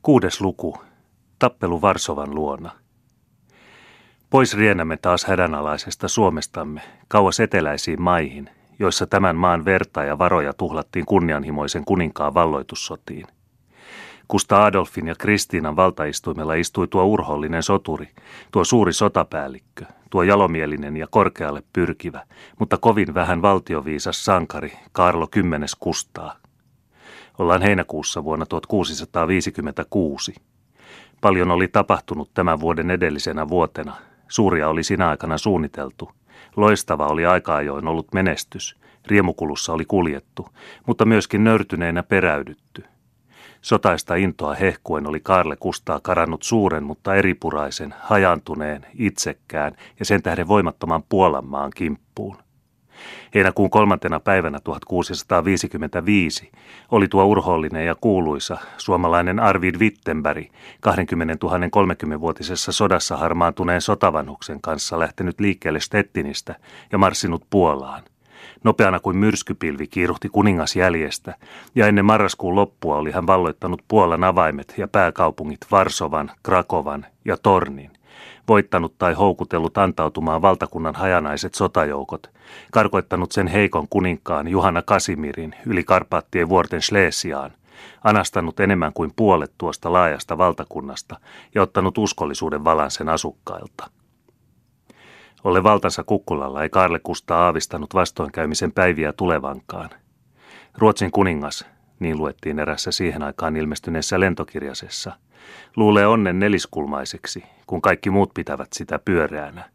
6. luku. Tappelu Varsovan luona. Pois riennämme taas hädänalaisesta Suomestamme, kauas eteläisiin maihin, joissa tämän maan verta ja varoja tuhlattiin kunnianhimoisen kuninkaan valloitussotiin. Kustaa Adolfin ja Kristiinan valtaistuimella istui tuo urhoollinen soturi, tuo suuri sotapäällikkö, tuo jalomielinen ja korkealle pyrkivä, mutta kovin vähän valtioviisas sankari Kaarlo X Kustaa. Ollaan heinäkuussa vuonna 1656. Paljon oli tapahtunut tämän vuoden edellisenä vuotena. Suuria oli sinä aikana suunniteltu. Loistava oli aika ajoin ollut menestys. Riemukulussa oli kuljettu, mutta myöskin nöyrtyneenä peräydytty. Sotaista intoa hehkuen oli Kaarle Kustaa karannut suuren, mutta eripuraisen, hajaantuneen, itsekkään ja sen tähden voimattoman Puolanmaan kimppuun. Heinäkuun 3. päivänä 1655 oli tuo urhoollinen ja kuuluisa suomalainen Arvid Wittenberg 20 000 30-vuotisessa sodassa harmaantuneen sotavanhuksen kanssa lähtenyt liikkeelle Stettinistä ja marssinut Puolaan. Nopeana kuin myrskypilvi kiiruhti kuningas jäljestä, ja ennen marraskuun loppua oli hän valloittanut Puolan avaimet ja pääkaupungit Varsovan, Krakovan ja Tornin, voittanut tai houkutellut antautumaan valtakunnan hajanaiset sotajoukot, karkoittanut sen heikon kuninkaan Juhana Kasimirin yli Karpaattien vuorten Schlesiaan, anastanut enemmän kuin puolet tuosta laajasta valtakunnasta ja ottanut uskollisuuden valan sen asukkailta. Olle valtansa kukkulalla ei Kaarle Kustaa aavistanut vastoinkäymisen päiviä tulevankaan. Ruotsin kuningas, niin luettiin erässä siihen aikaan ilmestyneessä lentokirjasessa, luulee onnen neliskulmaiseksi, kun kaikki muut pitävät sitä pyöreänä.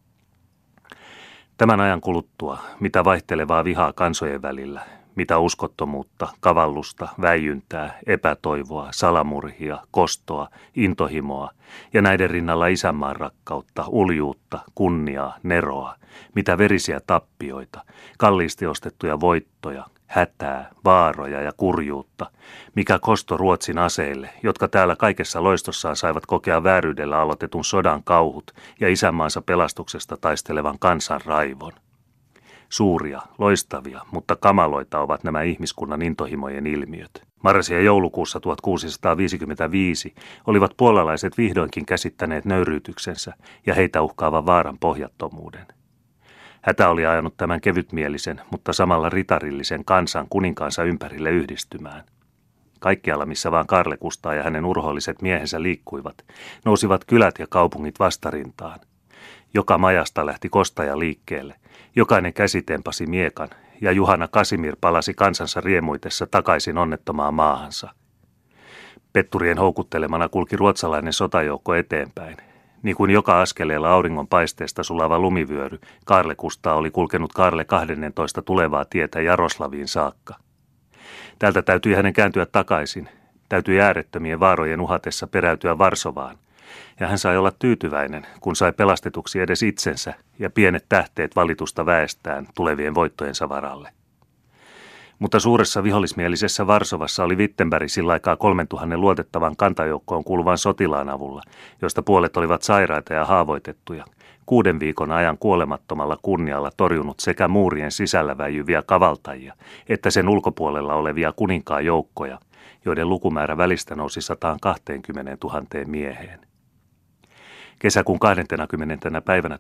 Tämän ajan kuluttua, mitä vaihtelevaa vihaa kansojen välillä, mitä uskottomuutta, kavallusta, väijyntää, epätoivoa, salamurhia, kostoa, intohimoa ja näiden rinnalla isänmaan rakkautta, uljuutta, kunniaa, neroa, mitä verisiä tappioita, kalliisti ostettuja voittoja, hätää, vaaroja ja kurjuutta, mikä kosto Ruotsin aseille, jotka täällä kaikessa loistossaan saivat kokea vääryydellä aloitetun sodan kauhut ja isänmaansa pelastuksesta taistelevan kansan raivon. Suuria, loistavia, mutta kamaloita ovat nämä ihmiskunnan intohimojen ilmiöt. Marras- ja joulukuussa 1655 olivat puolalaiset vihdoinkin käsittäneet nöyryytyksensä ja heitä uhkaavan vaaran pohjattomuuden. Hätä oli ajanut tämän kevytmielisen, mutta samalla ritarillisen kansan kuninkaansa ympärille yhdistymään. Kaikkialla, missä vaan Kaarle Kustaa ja hänen urhoolliset miehensä liikkuivat, nousivat kylät ja kaupungit vastarintaan. Joka majasta lähti kostaja liikkeelle, jokainen käsi tempasi miekan, ja Juhana Kasimir palasi kansansa riemuitessa takaisin onnettomaan maahansa. Petturien houkuttelemana kulki ruotsalainen sotajoukko eteenpäin. Niin kuin joka askeleella auringon paisteesta sulava lumivyöry, Kaarle Kustaa oli kulkenut Kaarle 12 tulevaa tietä Jaroslaviin saakka. Täältä täytyi hänen kääntyä takaisin, täytyi äärettömien vaarojen uhatessa peräytyä Varsovaan, ja hän sai olla tyytyväinen, kun sai pelastetuksi edes itsensä ja pienet tähteet valitusta väestään tulevien voittojensa varalle. Mutta suuressa vihollismielisessä Varsovassa oli Wittenberg sillä aikaa 3000 luotettavan kantajoukkoon kuuluvan sotilaan avulla, josta puolet olivat sairaita ja haavoitettuja, 6 viikon ajan kuolemattomalla kunnialla torjunut sekä muurien sisällä väijyviä kavaltajia, että sen ulkopuolella olevia kuninkaan joukkoja, joiden lukumäärä välistä nousi 120 000 mieheen. Kesäkuun 20. päivänä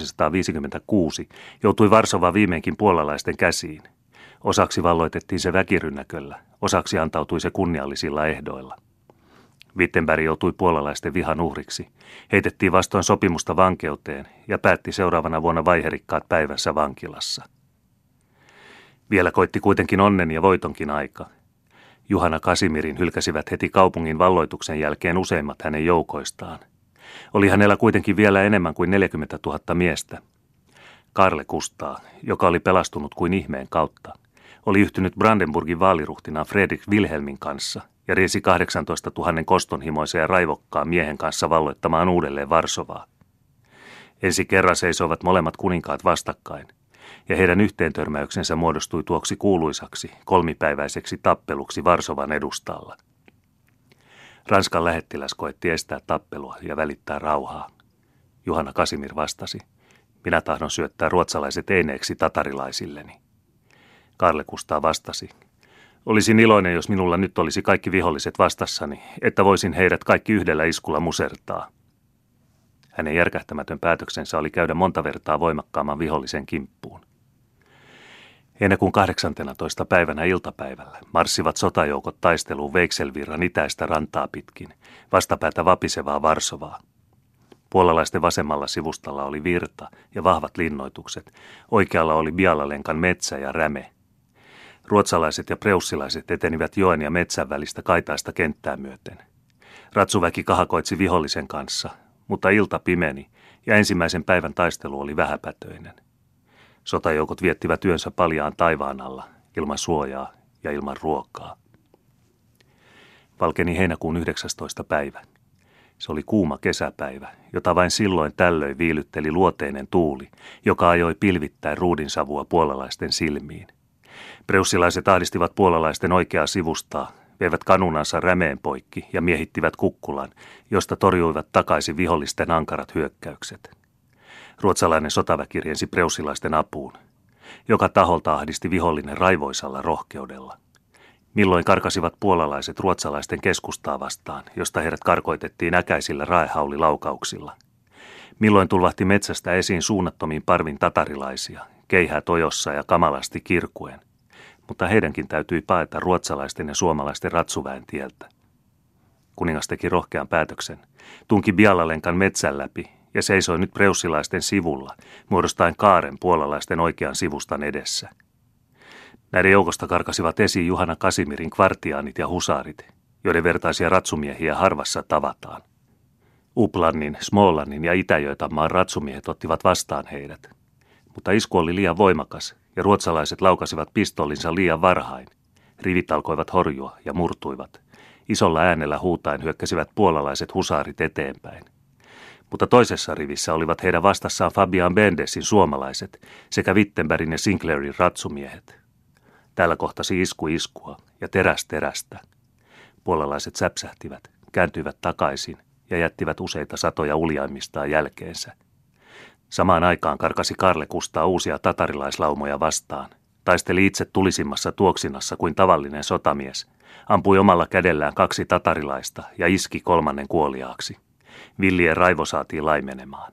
1656 joutui Varsova viimeinkin puolalaisten käsiin. Osaksi valloitettiin se väkirynnäköllä, osaksi antautui se kunniallisilla ehdoilla. Wittenberg joutui puolalaisten vihan uhriksi, heitettiin vastoin sopimusta vankeuteen ja päätti seuraavana vuonna vaiherikkaat päivässä vankilassa. Vielä koitti kuitenkin onnen ja voitonkin aika. Juhana Kasimirin hylkäsivät heti kaupungin valloituksen jälkeen useimmat hänen joukoistaan. Oli hänellä kuitenkin vielä enemmän kuin 40 000 miestä. Kaarle Kustaa, joka oli pelastunut kuin ihmeen kautta, oli yhtynyt Brandenburgin vaaliruhtinaan Fredrik Wilhelmin kanssa ja riesi 18 000 kostonhimoisen ja raivokkaan miehen kanssa valloittamaan uudelleen Varsovaa. Ensi kerran seisoivat molemmat kuninkaat vastakkain, ja heidän yhteentörmäyksensä muodostui tuoksi kuuluisaksi kolmipäiväiseksi tappeluksi Varsovan edustalla. Ranskan lähettiläs koetti estää tappelua ja välittää rauhaa. Juhana Kasimir vastasi: "Minä tahdon syöttää ruotsalaiset eineeksi tatarilaisilleni." Kaarle Kustaa vastasi: Olisin iloinen, jos minulla nyt olisi kaikki viholliset vastassani, että voisin heidät kaikki yhdellä iskulla musertaa. Hänen järkähtämätön päätöksensä oli käydä monta vertaa voimakkaamman vihollisen kimppuun. Heinäkuun 18. päivänä iltapäivällä marssivat sotajoukot taisteluun Veikselvirran itäistä rantaa pitkin, vastapäätä vapisevaa Varsovaa. Puolalaisten vasemmalla sivustalla oli virta ja vahvat linnoitukset, oikealla oli Bialalenkan metsä ja räme. Ruotsalaiset ja preussilaiset etenivät joen ja metsän välistä kaitaista kenttää myöten. Ratsuväki kahakoitsi vihollisen kanssa, mutta ilta pimeni ja ensimmäisen päivän taistelu oli vähäpätöinen. Sotajoukot viettivät yönsä paljaan taivaan alla, ilman suojaa ja ilman ruokaa. Valkeni heinäkuun 19. päivä. Se oli kuuma kesäpäivä, jota vain silloin tällöin viilytteli luoteinen tuuli, joka ajoi pilvittäin ruudinsavua puolalaisten silmiin. Preussilaiset ahdistivat puolalaisten oikeaa sivustaa, veivät kanunansa rämeen poikki ja miehittivät kukkulan, josta torjuivat takaisin vihollisten ankarat hyökkäykset. Ruotsalainen sotaväki riensi preussilaisten apuun. Joka taholta ahdisti vihollinen raivoisalla rohkeudella. Milloin karkasivat puolalaiset ruotsalaisten keskustaa vastaan, josta heidät karkoitettiin äkäisillä raehaulilaukauksilta. Milloin tulvahti metsästä esiin suunnattomiin parvin tatarilaisia, keihää tojossa ja kamalasti kirkuen, mutta heidänkin täytyi paeta ruotsalaisten ja suomalaisten ratsuväen tieltä. Kuningas teki rohkean päätöksen, tunki Bialalenkan metsän läpi ja seisoi nyt preussilaisten sivulla, muodostaen kaaren puolalaisten oikean sivustan edessä. Näiden joukosta karkasivat esiin Juhana Kasimirin kvartiaanit ja husaarit, joiden vertaisia ratsumiehiä harvassa tavataan. Uplannin, Smolannin ja Itä-Götamaan ratsumiehet ottivat vastaan heidät. Mutta isku oli liian voimakas ja ruotsalaiset laukasivat pistollinsa liian varhain. Rivit alkoivat horjua ja murtuivat. Isolla äänellä huutaen hyökkäsivät puolalaiset husaarit eteenpäin. Mutta toisessa rivissä olivat heidän vastassaan Fabian Bendesin suomalaiset sekä Wittenbergin ja Sinclairin ratsumiehet. Täällä kohtasi isku iskua ja teräs terästä. Puolalaiset säpsähtivät, kääntyivät takaisin ja jättivät useita satoja uljaimmistaan jälkeensä. Samaan aikaan karkasi Karle Kustaa uusia tatarilaislaumoja vastaan. Taisteli itse tulisimmassa tuoksinassa kuin tavallinen sotamies. Ampui omalla kädellään 2 tatarilaista ja iski 3. kuoliaaksi. Villien raivo saatiin laimenemaan.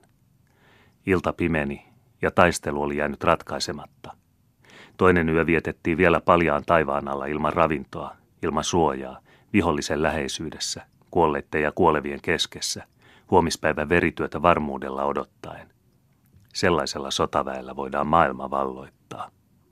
Ilta pimeni ja taistelu oli jäänyt ratkaisematta. Toinen yö vietettiin vielä paljaan taivaan alla ilman ravintoa, ilman suojaa, vihollisen läheisyydessä, kuolleiden ja kuolevien keskessä, huomispäivän verityötä varmuudella odottaen. Sellaisella sotaväellä voidaan maailma valloittaa.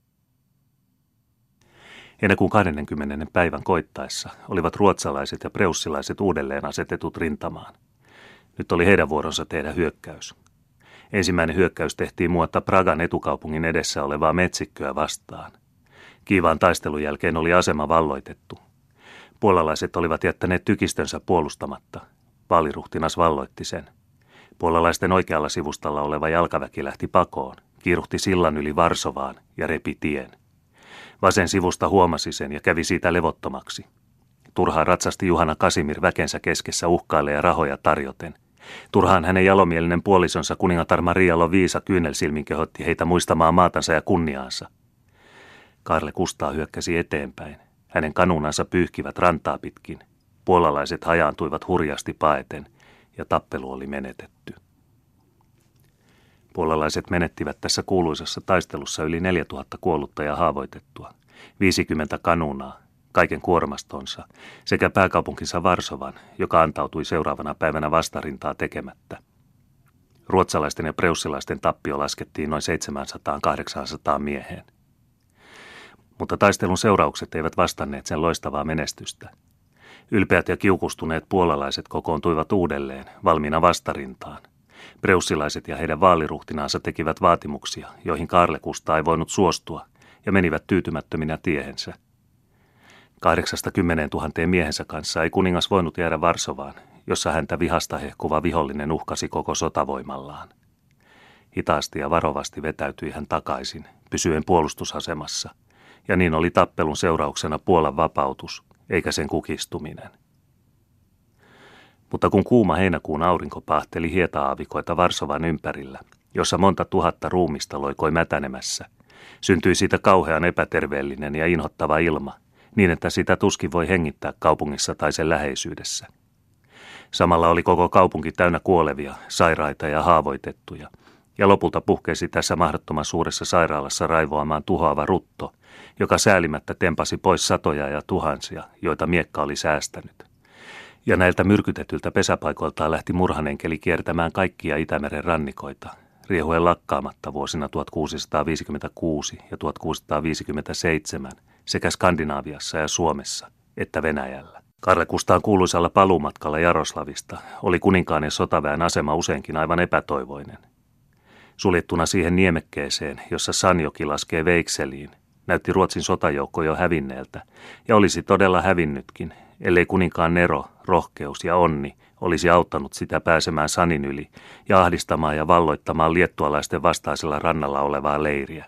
Heinäkuun 20. päivän koittaessa olivat ruotsalaiset ja preussilaiset uudelleen asetetut rintamaan. Nyt oli heidän vuoronsa tehdä hyökkäys. Ensimmäinen hyökkäys tehtiin muuta Pragan etukaupungin edessä olevaa metsikköä vastaan. Kiivaan taistelun jälkeen oli asema valloitettu. Puolalaiset olivat jättäneet tykistönsä puolustamatta. Vaaliruhtinas valloitti sen. Puolalaisten oikealla sivustalla oleva jalkaväki lähti pakoon, kiiruhti sillan yli Varsovaan ja repi tien. Vasen sivusta huomasi sen ja kävi siitä levottomaksi. Turhaan ratsasti Juhana Kasimir väkensä keskessä uhkaille ja rahoja tarjoten. Turhaan hänen jalomielinen puolisonsa kuningatar Maria Loviisa kyynelsilmin kehotti heitä muistamaan maatansa ja kunniaansa. Karle Kustaa hyökkäsi eteenpäin. Hänen kanunansa pyyhkivät rantaa pitkin. Puolalaiset hajaantuivat hurjasti paeten ja tappelu oli menetetty. Puolalaiset menettivät tässä kuuluisassa taistelussa yli 4000 kuollutta ja haavoitettua, 50 kanunaa, kaiken kuormastonsa, sekä pääkaupunkinsa Varsovan, joka antautui seuraavana päivänä vastarintaa tekemättä. Ruotsalaisten ja preussilaisten tappio laskettiin noin 700-800 mieheen. Mutta taistelun seuraukset eivät vastanneet sen loistavaa menestystä. Ylpeät ja kiukustuneet puolalaiset kokoontuivat uudelleen, valmiina vastarintaan. Preussilaiset ja heidän vaaliruhtinaansa tekivät vaatimuksia, joihin Karle Kustaa ei voinut suostua, ja menivät tyytymättöminä tiehensä. 80 000 miehensä kanssa ei kuningas voinut jäädä Varsovaan, jossa häntä vihasta hehkuva vihollinen uhkasi koko sotavoimallaan. Hitaasti ja varovasti vetäytyi hän takaisin, pysyen puolustusasemassa, ja niin oli tappelun seurauksena Puolan vapautus, eikä sen kukistuminen. Mutta kun kuuma heinäkuun aurinko pahteli hieta-aavikoita Varsovan ympärillä, jossa monta tuhatta ruumista loikoi mätänemässä, syntyi siitä kauhean epäterveellinen ja inhottava ilma, niin että sitä tuskin voi hengittää kaupungissa tai sen läheisyydessä. Samalla oli koko kaupunki täynnä kuolevia, sairaita ja haavoitettuja, ja lopulta puhkeisi tässä mahdottoman suuressa sairaalassa raivoamaan tuhoava rutto, joka säälimättä tempasi pois satoja ja tuhansia, joita miekka oli säästänyt. Ja näiltä myrkytetyltä pesäpaikoiltaan lähti murhanenkeli kiertämään kaikkia Itämeren rannikoita, riehuen lakkaamatta vuosina 1656 ja 1657 sekä Skandinaaviassa ja Suomessa että Venäjällä. Karle Kustaan kuuluisalla paluumatkalla Jaroslavista oli kuninkaan ja sotaväen asema useinkin aivan epätoivoinen. Suljettuna siihen niemekkeeseen, jossa Sanjoki laskee Veikseliin, näytti Ruotsin sotajoukko jo hävinneeltä, ja olisi todella hävinnytkin, ellei kuninkaan nero, rohkeus ja onni olisi auttanut sitä pääsemään Sanin yli ja ahdistamaan ja valloittamaan liettualaisten vastaisella rannalla olevaa leiriä.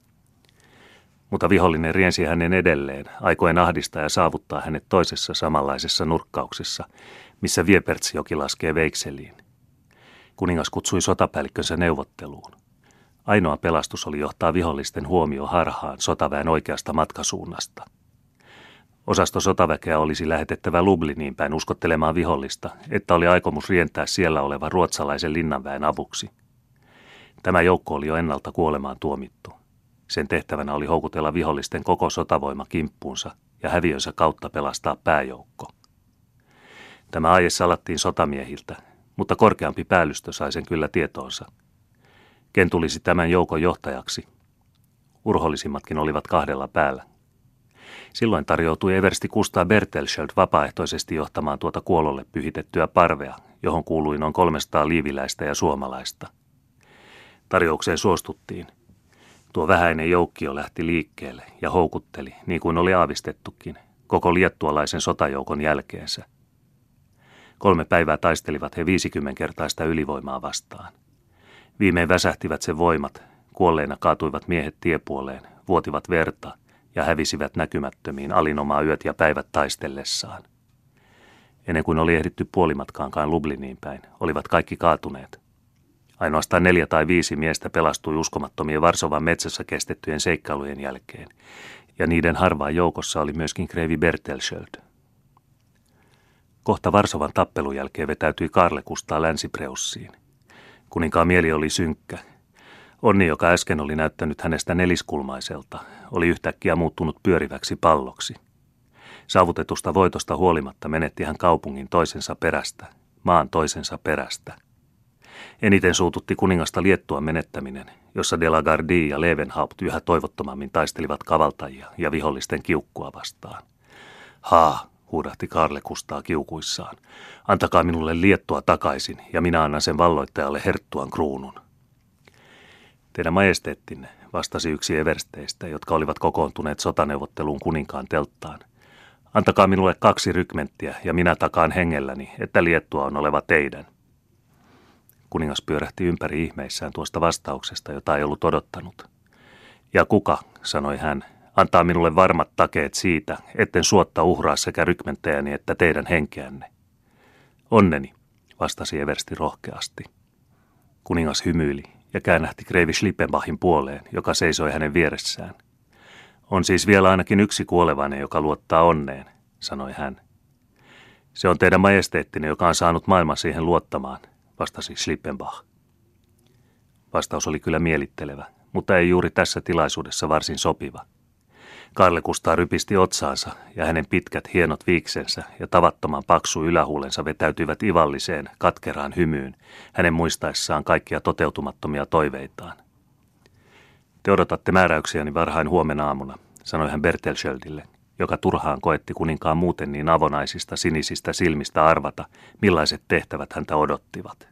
Mutta vihollinen riensi hänen edelleen, aikoen ahdistaa ja saavuttaa hänet toisessa samanlaisessa nurkkauksessa, missä Viepertsjoki laskee Veikseliin. Kuningas kutsui sotapäällikkönsä neuvotteluun. Ainoa pelastus oli johtaa vihollisten huomio harhaan sotaväen oikeasta matkasuunnasta. Osasto sotaväkeä olisi lähetettävä Lubliniin päin uskottelemaan vihollista, että oli aikomus rientää siellä olevan ruotsalaisen linnanväen avuksi. Tämä joukko oli jo ennalta kuolemaan tuomittu. Sen tehtävänä oli houkutella vihollisten koko sotavoima kimppuunsa ja häviönsä kautta pelastaa pääjoukko. Tämä aie salattiin sotamiehiltä, mutta korkeampi päällystö sai sen kyllä tietoonsa. Ken tulisi tämän joukon johtajaksi? Urhollisimmatkin olivat kahdella päällä. Silloin tarjoutui eversti Kustaa Bertelschöld vapaaehtoisesti johtamaan tuota kuololle pyhitettyä parvea, johon kuului noin 300 liiviläistä ja suomalaista. Tarjoukseen suostuttiin. Tuo vähäinen joukkio lähti liikkeelle ja houkutteli, niin kuin oli aavistettukin, koko liettualaisen sotajoukon jälkeensä. 3 päivää taistelivat he 50-kertaista ylivoimaa vastaan. Viimein väsähtivät sen voimat, kuolleina kaatuivat miehet tiepuoleen, vuotivat verta ja hävisivät näkymättömiin alinomaa yöt ja päivät taistellessaan. Ennen kuin oli ehditty puolimatkaankaan Lubliniin päin, olivat kaikki kaatuneet. Ainoastaan 4 tai 5 miestä pelastui uskomattomien Varsovan metsässä kestettyjen seikkailujen jälkeen, ja niiden harvaan joukossa oli myöskin kreivi Bertelschöld. Kohta Varsovan tappelun jälkeen vetäytyi Karle Kustaa Länsi-Preussiin. Kuninkaan mieli oli synkkä. Onni, joka äsken oli näyttänyt hänestä neliskulmaiselta, oli yhtäkkiä muuttunut pyöriväksi palloksi. Saavutetusta voitosta huolimatta menetti hän kaupungin toisensa perästä, maan toisensa perästä. Eniten suututti kuningasta Liettuan menettäminen, jossa de la Gardie ja Leeuwenhaupt yhä toivottomammin taistelivat kavaltajia ja vihollisten kiukkua vastaan. Haa, huudahti Karle Kustaa kiukuissaan. Antakaa minulle Liettua takaisin, ja minä annan sen valloittajalle Herttuan kruunun. Teidän majesteettinne, vastasi yksi eversteistä, jotka olivat kokoontuneet sotaneuvotteluun kuninkaan telttaan. Antakaa minulle 2 rykmenttiä, ja minä takaan hengelläni, että Liettua on oleva teidän. Kuningas pyörähti ympäri ihmeissään tuosta vastauksesta, jota ei ollut odottanut. Ja kuka, sanoi hän, antaa minulle varmat takeet siitä, etten suotta uhraa sekä rykmenttejäni että teidän henkeänne. Onneni, vastasi eversti rohkeasti. Kuningas hymyili ja käännähti kreivi Schlippenbachin puoleen, joka seisoi hänen vieressään. On siis vielä ainakin yksi kuolevainen, joka luottaa onneen, sanoi hän. Se on teidän majesteettinen, joka on saanut maailman siihen luottamaan, vastasi Schlippenbach. Vastaus oli kyllä mielittelevä, mutta ei juuri tässä tilaisuudessa varsin sopiva. Karle Kustaa rypisti otsaansa ja hänen pitkät hienot viiksensä ja tavattoman paksu ylähuulensa vetäytyivät ivalliseen, katkeraan hymyyn, hänen muistaessaan kaikkia toteutumattomia toiveitaan. Te odotatte määräyksiäni varhain huomenna aamuna, sanoi hän Bertelschöldille, joka turhaan koetti kuninkaan muuten niin avonaisista sinisistä silmistä arvata, millaiset tehtävät häntä odottivat.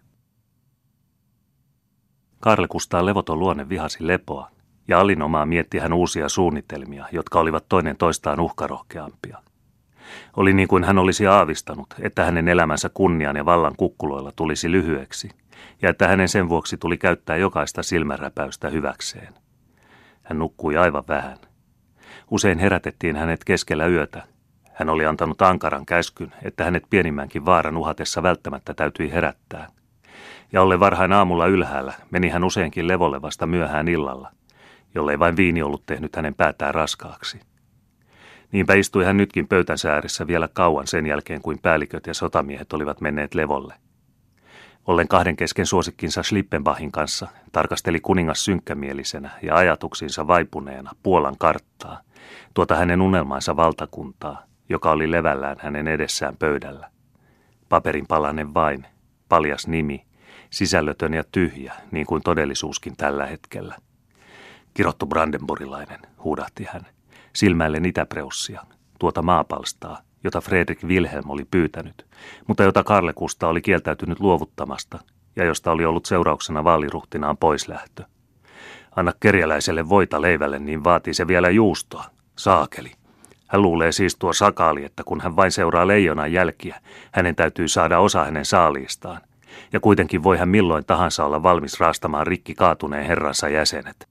Karle Kustaan levoton luonne vihasi lepoa, ja alinomaa mietti hän uusia suunnitelmia, jotka olivat toinen toistaan uhkarohkeampia. Oli niin kuin hän olisi aavistanut, että hänen elämänsä kunnian ja vallan kukkuloilla tulisi lyhyeksi, ja että hänen sen vuoksi tuli käyttää jokaista silmänräpäystä hyväkseen. Hän nukkui aivan vähän. Usein herätettiin hänet keskellä yötä. Hän oli antanut ankaran käskyn, että hänet pienimmänkin vaaran uhatessa välttämättä täytyi herättää. Ja ollen varhain aamulla ylhäällä, meni hän useinkin levolle vasta myöhään illalla, jollei vain viini ollut tehnyt hänen päätään raskaaksi. Niinpä istui hän nytkin pöytänsä ääressä vielä kauan sen jälkeen, kuin päälliköt ja sotamiehet olivat menneet levolle. Ollen kahden kesken suosikkinsa Schlippenbachin kanssa tarkasteli kuningas synkkämielisenä ja ajatuksiinsa vaipuneena Puolan karttaa, tuota hänen unelmaansa valtakuntaa, joka oli levällään hänen edessään pöydällä. Paperin palanen vain, paljas nimi, sisällötön ja tyhjä, niin kuin todellisuuskin tällä hetkellä. Kirottu brandenburilainen, huudahti hän, silmäillen Itäpreussia, tuota maapalstaa, jota Fredrik Wilhelm oli pyytänyt, mutta jota Karle Kusta oli kieltäytynyt luovuttamasta ja josta oli ollut seurauksena vaaliruhtinaan poislähtö. Anna kerjäläiselle voita leivälle, niin vaatii se vielä juustoa. Saakeli. Hän luulee siis tuo sakaali, että kun hän vain seuraa leijonan jälkiä, hänen täytyy saada osa hänen saaliistaan. Ja kuitenkin voi hän milloin tahansa olla valmis raastamaan rikki kaatuneen herransa jäsenet.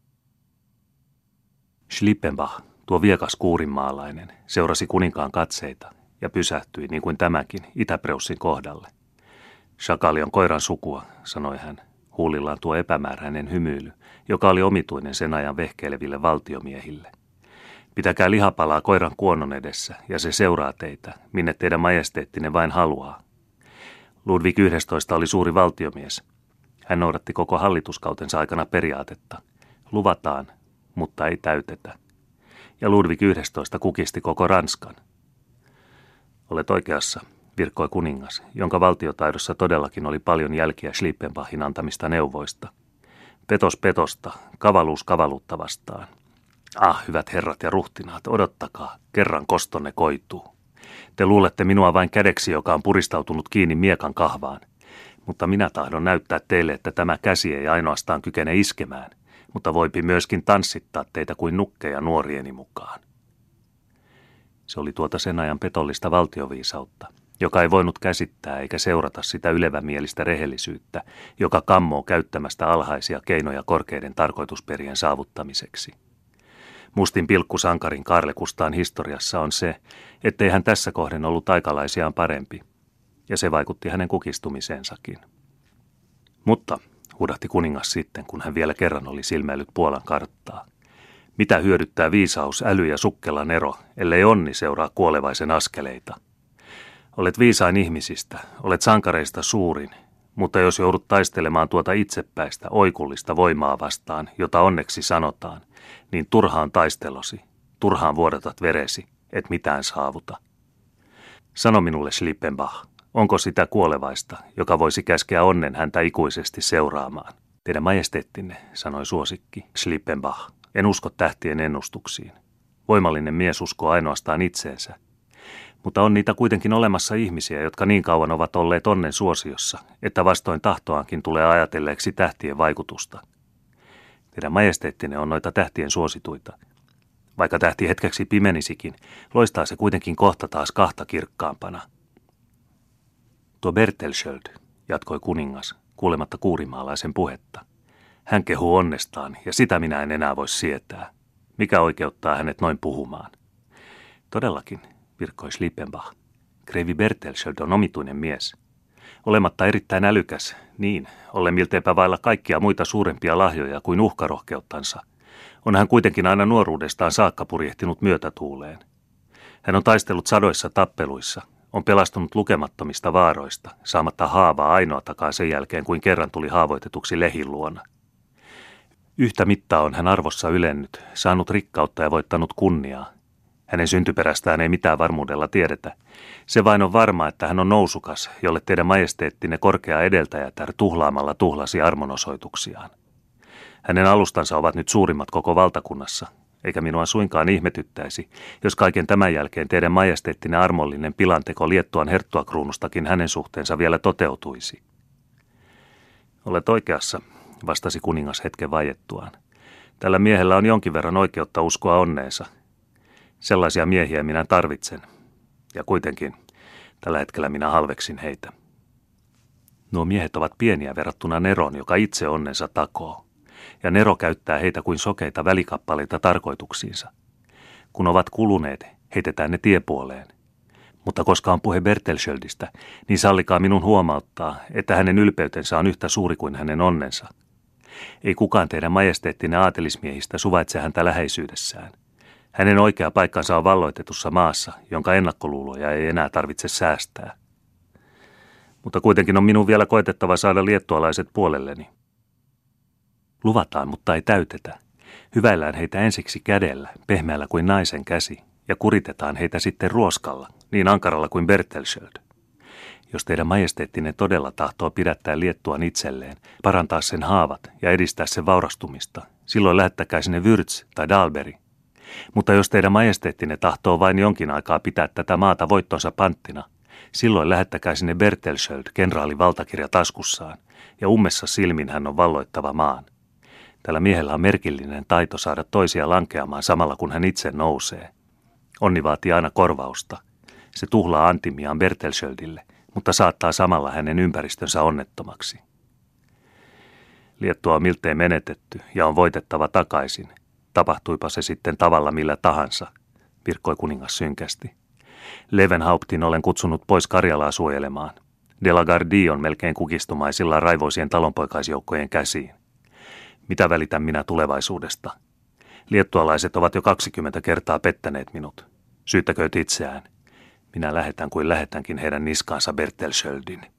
Schlippenbach, tuo viekas kuurinmaalainen, seurasi kuninkaan katseita ja pysähtyi, niin kuin tämäkin, Itäpreussin kohdalle. Shakali on koiran sukua, sanoi hän, huulillaan tuo epämääräinen hymyily, joka oli omituinen sen ajan vehkeileville valtiomiehille. Pitäkää lihapalaa koiran kuonon edessä, ja se seuraa teitä, minne teidän majesteettinne vain haluaa. Ludwig XI oli suuri valtiomies. Hän noudatti koko hallituskautensa aikana periaatetta. Luvataan, mutta ei täytetä. Ja Ludwig XI kukisti koko Ranskan. Olet oikeassa, virkkoi kuningas, jonka valtiotaidossa todellakin oli paljon jälkiä Schlippenbachin antamista neuvoista. Petos petosta, kavaluus kavaluutta vastaan. Hyvät herrat ja ruhtinaat, odottakaa, kerran kostonne koituu. Te luulette minua vain kädeksi, joka on puristautunut kiinni miekan kahvaan. Mutta minä tahdon näyttää teille, että tämä käsi ei ainoastaan kykene iskemään, mutta voipi myöskin tanssittaa teitä kuin nukkeja nuorieni mukaan. Se oli tuota sen ajan petollista valtioviisautta, joka ei voinut käsittää eikä seurata sitä ylevämielistä rehellisyyttä, joka kammoo käyttämästä alhaisia keinoja korkeiden tarkoitusperien saavuttamiseksi. Mustin pilkku sankarin Karle Kustaan historiassa on se, ettei hän tässä kohden ollut aikalaisiaan parempi, ja se vaikutti hänen kukistumiseensakin. Mutta, huudahti kuningas sitten, kun hän vielä kerran oli silmäillyt Puolan karttaa, mitä hyödyttää viisaus, äly ja sukkelan ero, ellei onni seuraa kuolevaisen askeleita? Olet viisain ihmisistä, olet sankareista suurin, mutta jos joudut taistelemaan tuota itsepäistä, oikullista voimaa vastaan, jota onneksi sanotaan, niin turhaan taistelosi, turhaan vuodatat veresi, et mitään saavuta. Sano minulle, Schlippenbach, onko sitä kuolevaista, joka voisi käskeä onnen häntä ikuisesti seuraamaan? Teidän majesteettinne, sanoi suosikki Schlippenbach, en usko tähtien ennustuksiin. Voimallinen mies uskoo ainoastaan itseensä. Mutta on niitä kuitenkin olemassa ihmisiä, jotka niin kauan ovat olleet onnen suosiossa, että vastoin tahtoaankin tulee ajatelleeksi tähtien vaikutusta. Teidän majesteettinne on noita tähtien suosituita. Vaikka tähti hetkeksi pimenisikin, loistaa se kuitenkin kohta taas kahta kirkkaampana. Tuo Bertelschöld, jatkoi kuningas, kuulematta kuurimaalaisen puhetta. Hän kehuu onnestaan, ja sitä minä en enää voi sietää. Mikä oikeuttaa hänet noin puhumaan? Todellakin, virkkoi Schlippenbach. Kreivi Bertelschöld on omituinen mies. Olematta erittäin älykäs, niin, ollen milteipä vailla kaikkia muita suurempia lahjoja kuin uhkarohkeuttansa, on hän kuitenkin aina nuoruudestaan saakka purjehtinut myötätuuleen. Hän on taistellut sadoissa tappeluissa, on pelastunut lukemattomista vaaroista, saamatta haavaa ainoatakaan sen jälkeen, kuin kerran tuli haavoitetuksi lehin luona. Yhtä mittaa on hän arvossa ylennyt, saanut rikkautta ja voittanut kunniaa. Hänen syntyperästään ei mitään varmuudella tiedetä. Se vain on varma, että hän on nousukas, jolle teidän majesteettinne korkea edeltäjätär tuhlaamalla tuhlasi armonosoituksiaan. Hänen alustansa ovat nyt suurimmat koko valtakunnassa, eikä minua suinkaan ihmetyttäisi, jos kaiken tämän jälkeen teidän majesteettinen armollinen pilanteko Liettuan herttuakruunustakin hänen suhteensa vielä toteutuisi. Olet oikeassa, vastasi kuningas hetken vaiettuaan. Tällä miehellä on jonkin verran oikeutta uskoa onneensa. Sellaisia miehiä minä tarvitsen, ja kuitenkin tällä hetkellä minä halveksin heitä. Nuo miehet ovat pieniä verrattuna Neroon, joka itse onnensa takoo, ja Nero käyttää heitä kuin sokeita välikappaleita tarkoituksiinsa. Kun ovat kuluneet, heitetään ne tiepuoleen. Mutta koska on puhe Bertelschöldistä, niin sallikaa minun huomauttaa, että hänen ylpeytensä on yhtä suuri kuin hänen onnensa. Ei kukaan teidän majesteettinen aatelismiehistä suvaitse häntä läheisyydessään. Hänen oikea paikkansa on valloitetussa maassa, jonka ennakkoluuloja ei enää tarvitse säästää. Mutta kuitenkin on minun vielä koetettava saada liettualaiset puolelleni. Luvataan, mutta ei täytetä. Hyväillään heitä ensiksi kädellä, pehmeällä kuin naisen käsi, ja kuritetaan heitä sitten ruoskalla, niin ankaralla kuin Bertelschöld. Jos teidän majesteettinne todella tahtoo pidättää Liettuan itselleen, parantaa sen haavat ja edistää sen vaurastumista, silloin lähettäkää sinne Würz tai Dahlberg. Mutta jos teidän majesteettinne tahtoo vain jonkin aikaa pitää tätä maata voittonsa panttina, silloin lähettäkää sinne Bertelschöld kenraalin valtakirja taskussaan, ja ummessa silmin hän on valloittava maan. Tällä miehellä on merkillinen taito saada toisia lankeamaan samalla kun hän itse nousee. Onni vaatii aina korvausta. Se tuhlaa antimiaan Bertelschöldille, mutta saattaa samalla hänen ympäristönsä onnettomaksi. Liettua on miltei menetetty ja on voitettava takaisin. Tapahtuipa se sitten tavalla millä tahansa, virkkoi kuningas synkästi. Levenhauptin olen kutsunut pois Karjalaa suojelemaan. De la Gardie on melkein kukistumaisilla raivoisien talonpoikaisjoukkojen käsiin. Mitä välitän minä tulevaisuudesta? Liettualaiset ovat jo 20 kertaa pettäneet minut. Syyttäkööt itseään. Minä lähetän kuin lähetänkin heidän niskaansa Bertelschöldin.